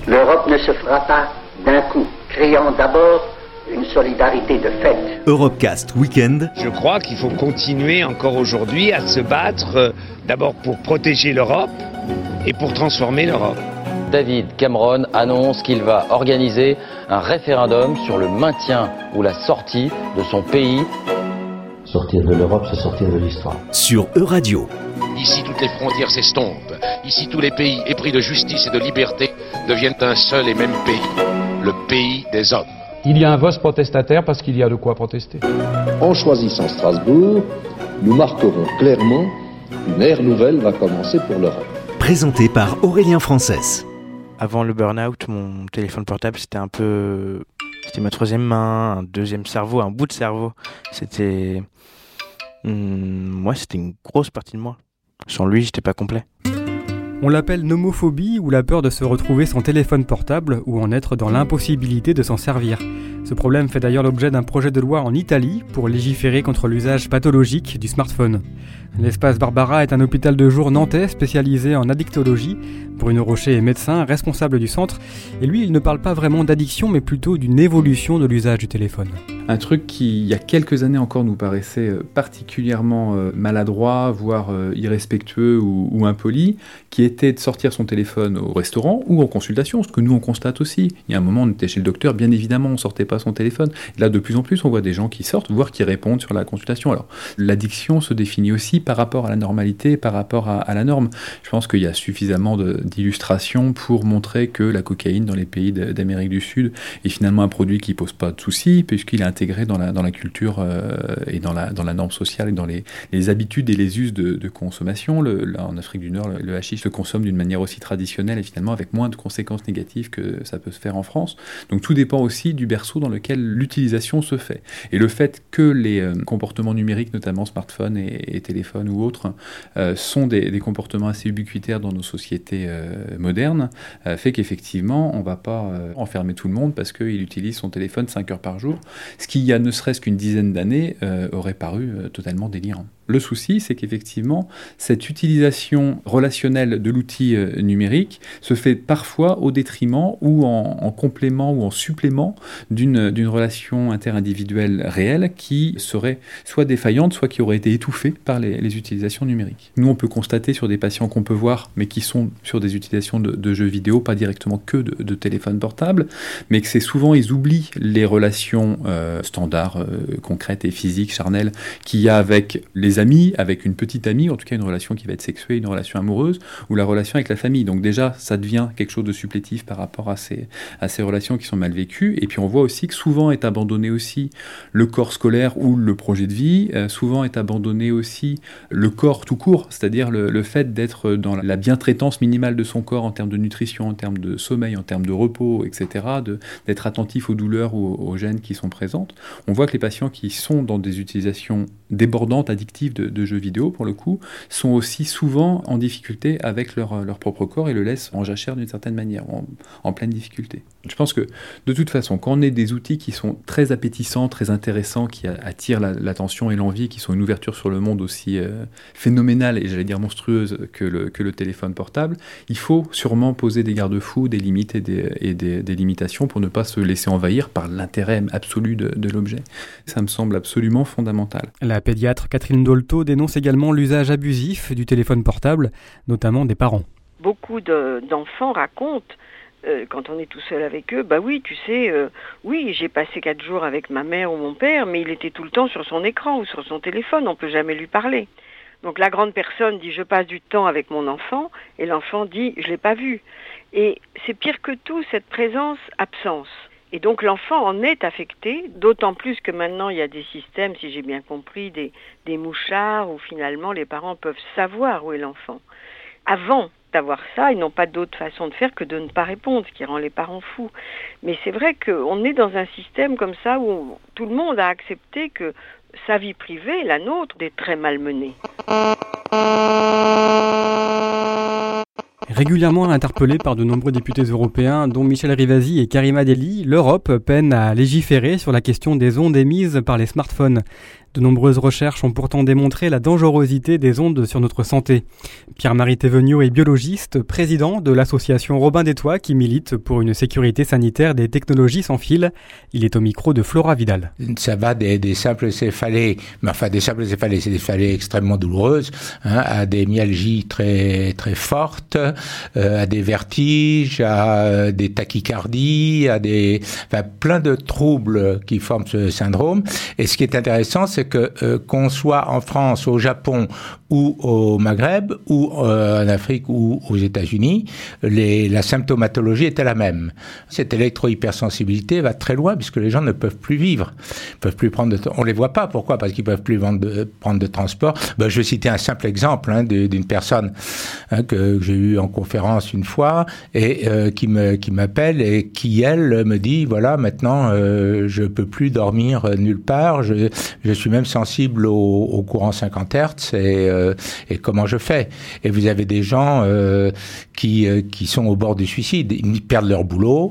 L'Europe ne se fera pas d'un coup, créant d'abord une solidarité de fait. Europecast Weekend. Je crois qu'il faut continuer encore aujourd'hui à se battre, d'abord pour protéger l'Europe et pour transformer l'Europe. David Cameron annonce qu'il va organiser un référendum sur le maintien ou la sortie de son pays. Sortir de l'Europe, c'est sortir de l'histoire. Sur Euradio. Ici, toutes les frontières s'estompent. Ici, tous les pays épris de justice et de liberté deviennent un seul et même pays, le pays des hommes. Il y a un vote protestataire parce qu'il y a de quoi protester. En choisissant Strasbourg, nous marquerons clairement qu'une ère nouvelle va commencer pour l'Europe. Présenté par Aurélien Frances. Avant le burn-out, mon téléphone portable, c'était ma troisième main, un deuxième cerveau, un bout de cerveau. C'était une grosse partie de moi. Sans lui, j'étais pas complet. On l'appelle nomophobie ou la peur de se retrouver sans téléphone portable ou en être dans l'impossibilité de s'en servir. Ce problème fait d'ailleurs l'objet d'un projet de loi en Italie pour légiférer contre l'usage pathologique du smartphone. L'Espace Barbara est un hôpital de jour nantais spécialisé en addictologie. Bruno Rocher est médecin, responsable du centre, et lui, il ne parle pas vraiment d'addiction, mais plutôt d'une évolution de l'usage du téléphone. Un truc qui, il y a quelques années encore, nous paraissait particulièrement maladroit, voire irrespectueux ou impoli, qui était de sortir son téléphone au restaurant ou en consultation, ce que nous on constate aussi. Il y a un moment, on était chez le docteur, bien évidemment, on ne sortait pas son téléphone. Là, de plus en plus, on voit des gens qui sortent, voire qui répondent sur la consultation. Alors, l'addiction se définit aussi par rapport à la normalité, par rapport à la norme. Je pense qu'il y a suffisamment d'illustrations pour montrer que la cocaïne dans les pays d'Amérique du Sud est finalement un produit qui ne pose pas de soucis, puisqu'il est intégré dans la culture et dans la norme sociale et dans les habitudes et les us de consommation. Là, en Afrique du Nord, le hashish se consomme d'une manière aussi traditionnelle et finalement avec moins de conséquences négatives que ça peut se faire en France. Donc tout dépend aussi du berceau dans lequel l'utilisation se fait. Et le fait que les comportements numériques, notamment smartphones et téléphones ou autres, sont des comportements assez ubiquitaires dans nos sociétés modernes, fait qu'effectivement, on ne va pas enfermer tout le monde parce qu'il utilise son téléphone 5 heures par jour, ce qui, il y a ne serait-ce qu'une dizaine d'années, aurait paru totalement délirant. Le souci, c'est qu'effectivement, cette utilisation relationnelle de l'outil numérique se fait parfois au détriment ou en complément ou en supplément d'une relation interindividuelle réelle qui serait soit défaillante, soit qui aurait été étouffée par les utilisations numériques. Nous, on peut constater sur des patients qu'on peut voir, mais qui sont sur des utilisations de jeux vidéo, pas directement que de téléphone portable, mais que c'est souvent, ils oublient les relations standards, concrètes et physiques, charnelles, qu'il y a avec les amis, avec une petite amie, en tout cas une relation qui va être sexuée, une relation amoureuse, ou la relation avec la famille. Donc déjà, ça devient quelque chose de supplétif par rapport à ces relations qui sont mal vécues. Et puis on voit aussi que souvent est abandonné aussi le corps scolaire ou le projet de vie, souvent est abandonné aussi le corps tout court, c'est-à-dire le fait d'être dans la bientraitance minimale de son corps en termes de nutrition, en termes de sommeil, en termes de repos, etc., d'être attentif aux douleurs ou aux gênes qui sont présentes. On voit que les patients qui sont dans des utilisations débordantes, addictives de jeux vidéo, pour le coup, sont aussi souvent en difficulté avec leur propre corps et le laissent en jachère d'une certaine manière, en pleine difficulté. Je pense que, de toute façon, quand on a des outils qui sont très appétissants, très intéressants, qui attirent l'attention et l'envie, qui sont une ouverture sur le monde aussi phénoménale et, j'allais dire, monstrueuse que le téléphone portable, il faut sûrement poser des garde-fous, des limites et des limitations pour ne pas se laisser envahir par l'intérêt absolu de l'objet. Ça me semble absolument fondamental. La pédiatre Catherine Dolto dénonce également l'usage abusif du téléphone portable, notamment des parents. Beaucoup d'enfants racontent, quand on est tout seul avec eux, bah oui, tu sais, oui, j'ai passé 4 jours avec ma mère ou mon père, mais il était tout le temps sur son écran ou sur son téléphone, on ne peut jamais lui parler. Donc la grande personne dit « je passe du temps avec mon enfant » et l'enfant dit « je ne l'ai pas vu ». Et c'est pire que tout, cette présence-absence. Et donc l'enfant en est affecté, d'autant plus que maintenant il y a des systèmes, si j'ai bien compris, des mouchards où finalement les parents peuvent savoir où est l'enfant. Avant d'avoir ça, ils n'ont pas d'autre façon de faire que de ne pas répondre, ce qui rend les parents fous. Mais c'est vrai qu'on est dans un système comme ça où tout le monde a accepté que sa vie privée, la nôtre, est très malmenée. Régulièrement interpellée par de nombreux députés européens, dont Michel Rivasi et Karima Delli, l'Europe peine à légiférer sur la question des ondes émises par les smartphones. De nombreuses recherches ont pourtant démontré la dangerosité des ondes sur notre santé. Pierre-Marie Théveniot est biologiste, président de l'association Robin des Toits qui milite pour une sécurité sanitaire des technologies sans fil. Il est au micro de Flora Vidal. Ça va des simples céphalées, c'est des céphalées extrêmement douloureuses, à des myalgies très très fortes, à des vertiges, à des tachycardies, plein de troubles qui forment ce syndrome. Et ce qui est intéressant, c'est que qu'on soit en France, au Japon ou au Maghreb ou en Afrique ou aux États-Unis, la symptomatologie était la même. Cette électro-hypersensibilité va très loin puisque les gens ne peuvent plus vivre, peuvent plus prendre on les voit pas. Pourquoi ? Parce qu'ils peuvent plus prendre de transport. Je vais citer un simple exemple d'une personne que j'ai eu en conférence une fois et qui m'appelle et qui elle me dit voilà, maintenant je peux plus dormir nulle part, je suis même sensible au courant 50 Hz et comment je fais ? Et vous avez des gens qui sont au bord du suicide, ils perdent leur boulot,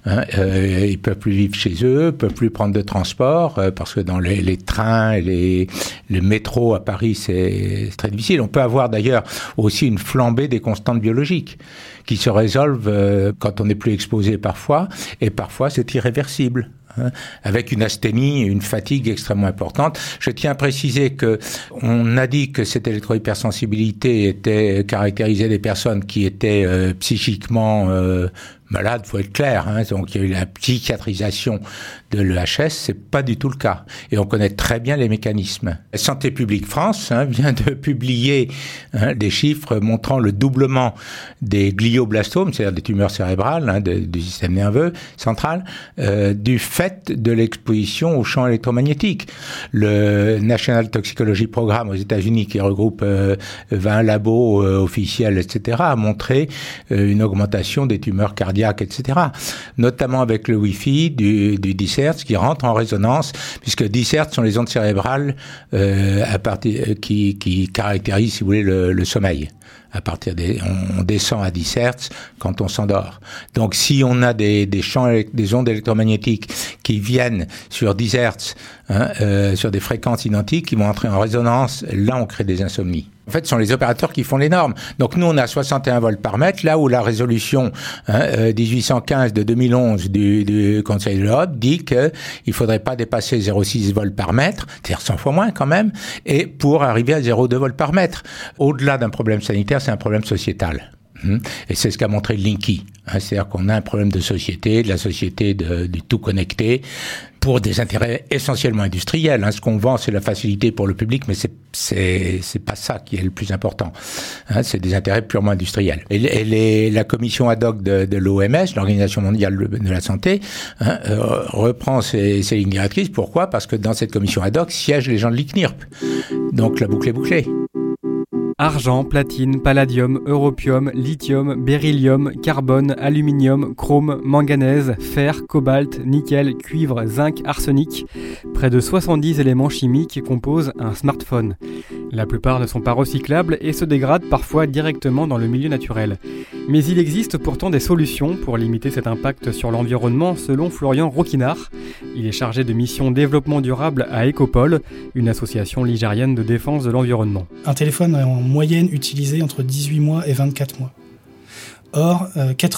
ils peuvent plus vivre chez eux, peuvent plus prendre de transport parce que dans les trains et les métros à Paris c'est très difficile. On peut avoir d'ailleurs aussi une flambée des constantes biologiques qui se résolvent quand on n'est plus exposé parfois, et parfois c'est irréversible. Avec une asthénie, une fatigue extrêmement importante. Je tiens à préciser que on a dit que cette électro-hypersensibilité caractérisait des personnes qui étaient psychiquement malades, faut être clair. Donc il y a eu la psychiatrisation de l'EHS, c'est pas du tout le cas. Et on connaît très bien les mécanismes. Santé publique France vient de publier des chiffres montrant le doublement des glioblastomes, c'est-à-dire des tumeurs cérébrales du système nerveux central, du fait de l'exposition aux champs électromagnétiques. Le National Toxicology Program aux États-Unis, qui regroupe 20 labos officiels, etc., a montré une augmentation des tumeurs cardiaques, etc., notamment avec le Wi-Fi du 10 Hz qui rentre en résonance, puisque 10 Hz sont les ondes cérébrales qui caractérisent, si vous voulez, le sommeil. On descend à 10 Hz quand on s'endort. Donc, si on a des ondes électromagnétiques qui viennent sur 10 Hz, sur des fréquences identiques, qui vont entrer en résonance, là, on crée des insomnies. En fait, ce sont les opérateurs qui font les normes. Donc, nous, on a 61 volts par mètre, là où la résolution 1815 de 2011 du Conseil de l'Europe dit qu'il faudrait pas dépasser 0,6 volts par mètre, c'est-à-dire 100 fois moins quand même, et pour arriver à 0,2 volts par mètre. Au-delà d'un problème sanitaire, c'est un problème sociétal. Et c'est ce qu'a montré Linky. C'est-à-dire qu'on a un problème de société, de la société du tout connecté, pour des intérêts essentiellement industriels. Ce qu'on vend, c'est la facilité pour le public, mais c'est pas ça qui est le plus important. C'est des intérêts purement industriels. Et la commission ad hoc de l'OMS, l'Organisation mondiale de la santé, reprend ces lignes directrices. Pourquoi ? Parce que dans cette commission ad hoc siègent les gens de l'ICNIRP. Donc la boucle est bouclée. Argent, platine, palladium, europium, lithium, beryllium, carbone, aluminium, chrome, manganèse, fer, cobalt, nickel, cuivre, zinc, arsenic. Près de 70 éléments chimiques composent un smartphone. La plupart ne sont pas recyclables et se dégradent parfois directement dans le milieu naturel. Mais il existe pourtant des solutions pour limiter cet impact sur l'environnement selon Florian Roquinard. Il est chargé de mission développement durable à Ecopol, une association ligérienne de défense de l'environnement. Un téléphone est en moyenne utilisé entre 18 mois et 24 mois. Or,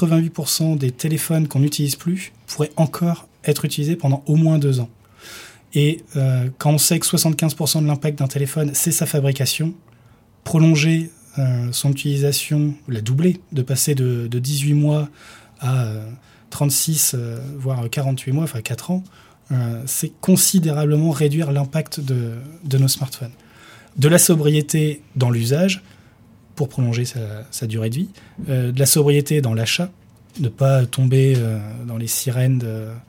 88% des téléphones qu'on n'utilise plus pourraient encore être utilisés pendant au moins 2 ans. Et quand on sait que 75% de l'impact d'un téléphone, c'est sa fabrication, prolonger son utilisation, la doubler, de passer de 18 mois à 36, voire 48 mois, enfin 4 ans, c'est considérablement réduire l'impact de nos smartphones. De la sobriété dans l'usage, pour prolonger sa durée de vie, de la sobriété dans l'achat, ne pas tomber dans les sirènes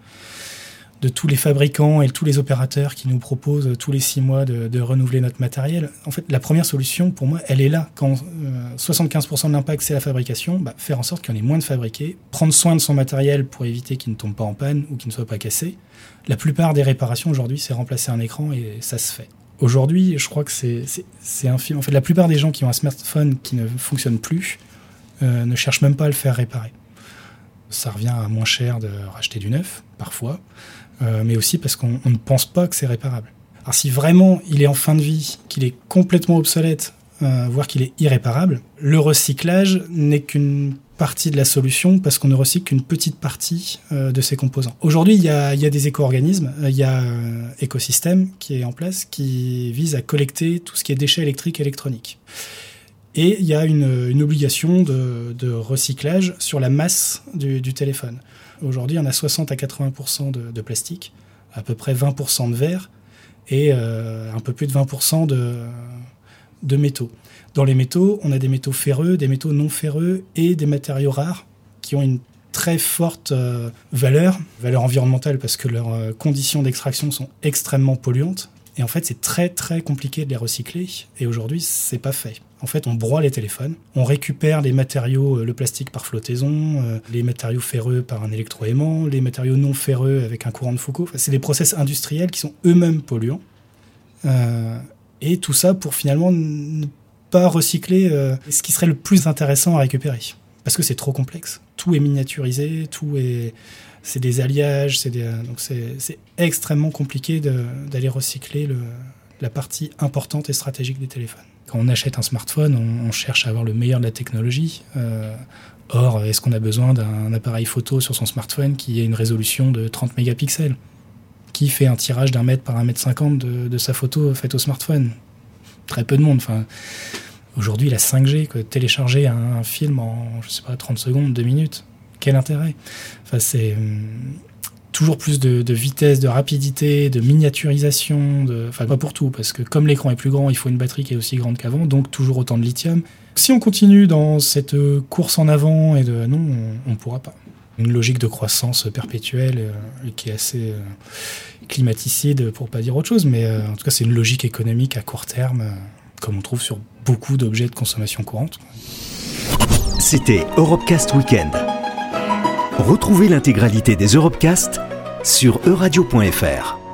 de tous les fabricants et de tous les opérateurs qui nous proposent tous les 6 mois de renouveler notre matériel. En fait, la première solution, pour moi, elle est là. Quand 75% de l'impact, c'est la fabrication, faire en sorte qu'il y en ait moins de fabriqués, prendre soin de son matériel pour éviter qu'il ne tombe pas en panne ou qu'il ne soit pas cassé. La plupart des réparations, aujourd'hui, c'est remplacer un écran et ça se fait. Aujourd'hui, je crois que c'est infime. En fait, la plupart des gens qui ont un smartphone qui ne fonctionne plus ne cherchent même pas à le faire réparer. Ça revient à moins cher de racheter du neuf, parfois, mais aussi parce qu'on ne pense pas que c'est réparable. Alors si vraiment il est en fin de vie, qu'il est complètement obsolète, voire qu'il est irréparable, le recyclage n'est qu'une partie de la solution parce qu'on ne recycle qu'une petite partie de ses composants. Aujourd'hui, il y a des éco-organismes, il y a Écosystème qui est en place, qui vise à collecter tout ce qui est déchets électriques et électroniques. Et il y a une obligation de recyclage sur la masse du téléphone. Aujourd'hui, on a 60 à 80% de plastique, à peu près 20% de verre et un peu plus de 20% de métaux. Dans les métaux, on a des métaux ferreux, des métaux non ferreux et des matériaux rares qui ont une très forte valeur environnementale parce que leurs conditions d'extraction sont extrêmement polluantes. Et en fait, c'est très très compliqué de les recycler. Et aujourd'hui, c'est pas fait. En fait, on broie les téléphones, on récupère les matériaux, le plastique par flottaison, les matériaux ferreux par un électroaimant, les matériaux non ferreux avec un courant de Foucault. Enfin, c'est des process industriels qui sont eux-mêmes polluants. Et tout ça pour finalement ne pas recycler ce qui serait le plus intéressant à récupérer. Parce que c'est trop complexe. Tout est miniaturisé, c'est des alliages, donc c'est extrêmement compliqué d'aller recycler la partie importante et stratégique des téléphones. Quand on achète un smartphone, on cherche à avoir le meilleur de la technologie. Or, est-ce qu'on a besoin d'un appareil photo sur son smartphone qui ait une résolution de 30 mégapixels ? Qui fait un tirage d'1 mètre par 1,50 m de sa photo faite au smartphone ? Très peu de monde. Enfin, aujourd'hui, la 5G, télécharger un film en, 30 secondes, 2 minutes, quel intérêt ? Enfin, c'est toujours plus de vitesse, de rapidité, de miniaturisation, enfin pas pour tout, parce que comme l'écran est plus grand, il faut une batterie qui est aussi grande qu'avant, donc toujours autant de lithium. Si on continue dans cette course en avant, non, on ne pourra pas. Une logique de croissance perpétuelle qui est assez climaticide, pour pas dire autre chose, mais en tout cas c'est une logique économique à court terme, comme on trouve sur beaucoup d'objets de consommation courante. C'était Europecast Weekend. Retrouvez l'intégralité des Europecast sur euradio.fr.